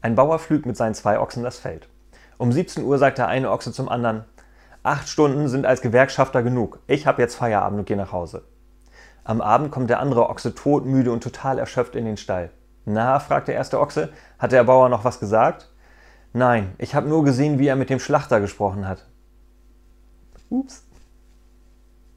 Ein Bauer pflügt mit seinen 2 Ochsen das Feld. Um 17 Uhr sagt der eine Ochse zum anderen: 8 Stunden sind als Gewerkschafter genug. Ich habe jetzt Feierabend und gehe nach Hause. Am Abend kommt der andere Ochse todmüde und total erschöpft in den Stall. Na, fragt der erste Ochse, hat der Bauer noch was gesagt? Nein, ich habe nur gesehen, wie er mit dem Schlachter gesprochen hat. Ups.